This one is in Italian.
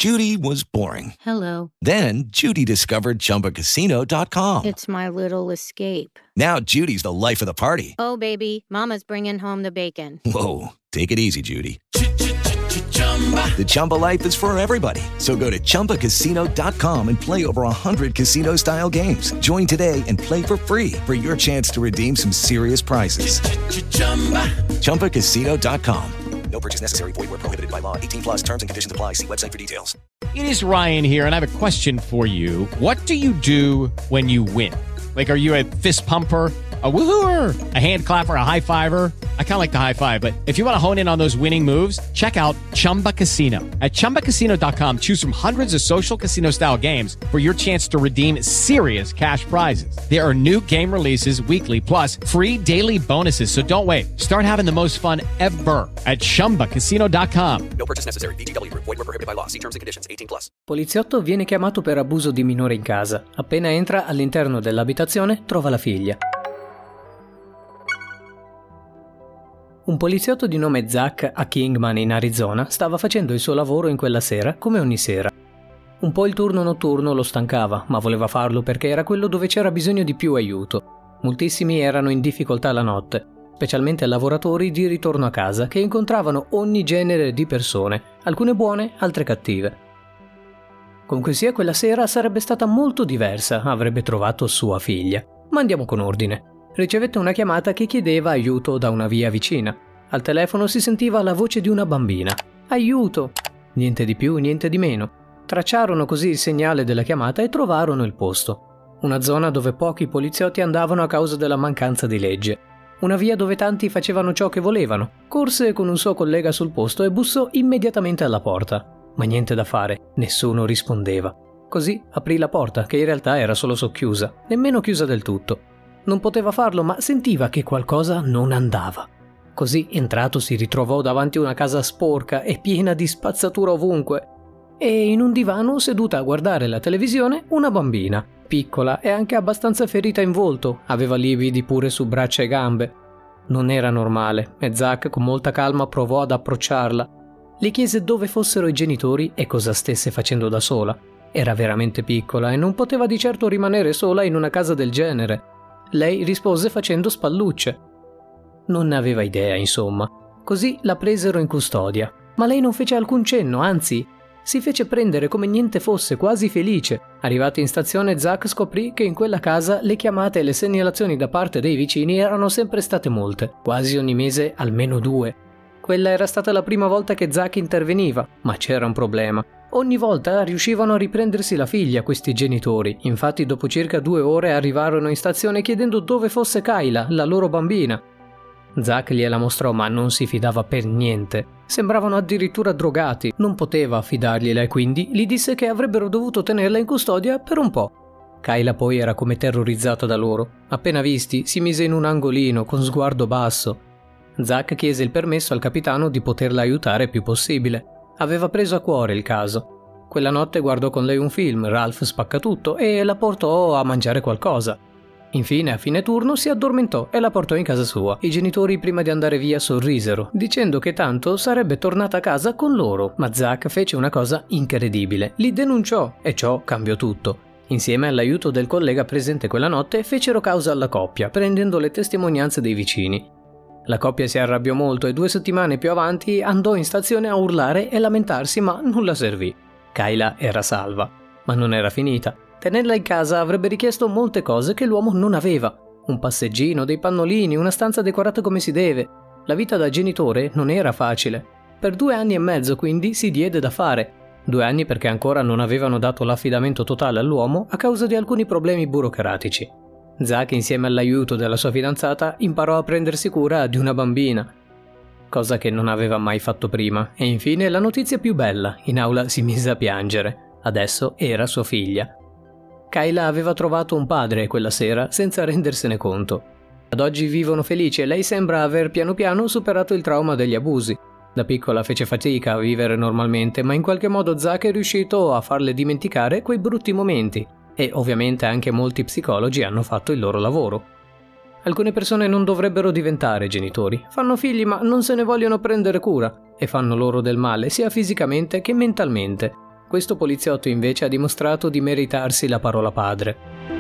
Judy was boring. Hello. Then Judy discovered ChumbaCasino.com. It's my little escape. Now Judy's the life of the party. Oh, baby, mama's bringing home the bacon. Whoa, take it easy, Judy. The Chumba life is for everybody. So go to ChumbaCasino.com and play over 100 casino-style games. Join today and play for free for your chance to redeem some serious prizes. ChumbaCasino.com. No purchase necessary. Void where prohibited by law. 18 plus terms and conditions apply. See website for details. It is Ryan here, and I have a question for you. What do you do when you win? Like, are you a fist pumper, a woohooer, a hand clapper, a high fiver? I kind of like the high five, but if you want to hone in on those winning moves, check out Chumba Casino. At ChumbaCasino.com, choose from hundreds of social casino-style games for your chance to redeem serious cash prizes. There are new game releases weekly, plus free daily bonuses. So don't wait. Start having the most fun ever at ChumbaCasino.com. No purchase necessary. VGW. Void where prohibited by law. See terms and conditions. 18 plus. Poliziotto viene chiamato per abuso di minore in casa. Appena entra all'interno dell'abitazione, trova la figlia. Un poliziotto di nome Zach a Kingman in Arizona stava facendo il suo lavoro in quella sera come ogni sera. Un po' il turno notturno lo stancava, ma voleva farlo perché era quello dove c'era bisogno di più aiuto. Moltissimi erano in difficoltà la notte, specialmente lavoratori di ritorno a casa che incontravano ogni genere di persone, alcune buone, altre cattive. Comunque sia, quella sera sarebbe stata molto diversa, avrebbe trovato sua figlia. Ma andiamo con ordine. Ricevette una chiamata che chiedeva aiuto da una via vicina. Al telefono si sentiva la voce di una bambina. Aiuto! Niente di più, niente di meno. Tracciarono così il segnale della chiamata e trovarono il posto. Una zona dove pochi poliziotti andavano a causa della mancanza di legge. Una via dove tanti facevano ciò che volevano. Corse con un suo collega sul posto e bussò immediatamente alla porta. Ma niente da fare, nessuno rispondeva. Così aprì la porta, che in realtà era solo socchiusa, nemmeno chiusa del tutto. Non poteva farlo, ma sentiva che qualcosa non andava. Così, entrato, si ritrovò davanti a una casa sporca e piena di spazzatura ovunque. E in un divano, seduta a guardare la televisione, una bambina, piccola e anche abbastanza ferita in volto, aveva lividi pure su braccia e gambe. Non era normale, e Zach con molta calma provò ad approcciarla. Le chiese dove fossero i genitori e cosa stesse facendo da sola. Era veramente piccola e non poteva di certo rimanere sola in una casa del genere. Lei rispose facendo spallucce. Non ne aveva idea, insomma. Così la presero in custodia. Ma lei non fece alcun cenno, anzi, si fece prendere come niente fosse, quasi felice. Arrivato in stazione, Zach scoprì che in quella casa le chiamate e le segnalazioni da parte dei vicini erano sempre state molte, quasi ogni mese almeno 2. Quella era stata la prima volta che Zach interveniva, ma c'era un problema. Ogni volta riuscivano a riprendersi la figlia questi genitori, infatti dopo circa 2 ore arrivarono in stazione chiedendo dove fosse Kayla, la loro bambina. Zach gliela mostrò ma non si fidava per niente, sembravano addirittura drogati, non poteva affidargliela e quindi gli disse che avrebbero dovuto tenerla in custodia per un po'. Kayla poi era come terrorizzata da loro, appena visti si mise in un angolino con sguardo basso. Zach chiese il permesso al capitano di poterla aiutare il più possibile. Aveva preso a cuore il caso. Quella notte guardò con lei un film, Ralph Spaccatutto, e la portò a mangiare qualcosa. Infine, a fine turno, si addormentò e la portò in casa sua. I genitori, prima di andare via, sorrisero, dicendo che tanto sarebbe tornata a casa con loro. Ma Zach fece una cosa incredibile. Li denunciò e ciò cambiò tutto. Insieme all'aiuto del collega presente quella notte, fecero causa alla coppia, prendendo le testimonianze dei vicini. La coppia si arrabbiò molto e 2 settimane più avanti andò in stazione a urlare e lamentarsi, ma nulla servì. Kayla era salva, ma non era finita. Tenerla in casa avrebbe richiesto molte cose che l'uomo non aveva. Un passeggino, dei pannolini, una stanza decorata come si deve. La vita da genitore non era facile. Per 2 anni e mezzo quindi si diede da fare. 2 anni perché ancora non avevano dato l'affidamento totale all'uomo a causa di alcuni problemi burocratici. Zach, insieme all'aiuto della sua fidanzata, imparò a prendersi cura di una bambina, cosa che non aveva mai fatto prima. E infine la notizia più bella, in aula si mise a piangere. Adesso era sua figlia. Kayla aveva trovato un padre quella sera senza rendersene conto. Ad oggi vivono felici e lei sembra aver piano piano superato il trauma degli abusi. Da piccola fece fatica a vivere normalmente, ma in qualche modo Zach è riuscito a farle dimenticare quei brutti momenti. E ovviamente anche molti psicologi hanno fatto il loro lavoro. Alcune persone non dovrebbero diventare genitori, fanno figli ma non se ne vogliono prendere cura e fanno loro del male sia fisicamente che mentalmente. Questo poliziotto invece ha dimostrato di meritarsi la parola padre.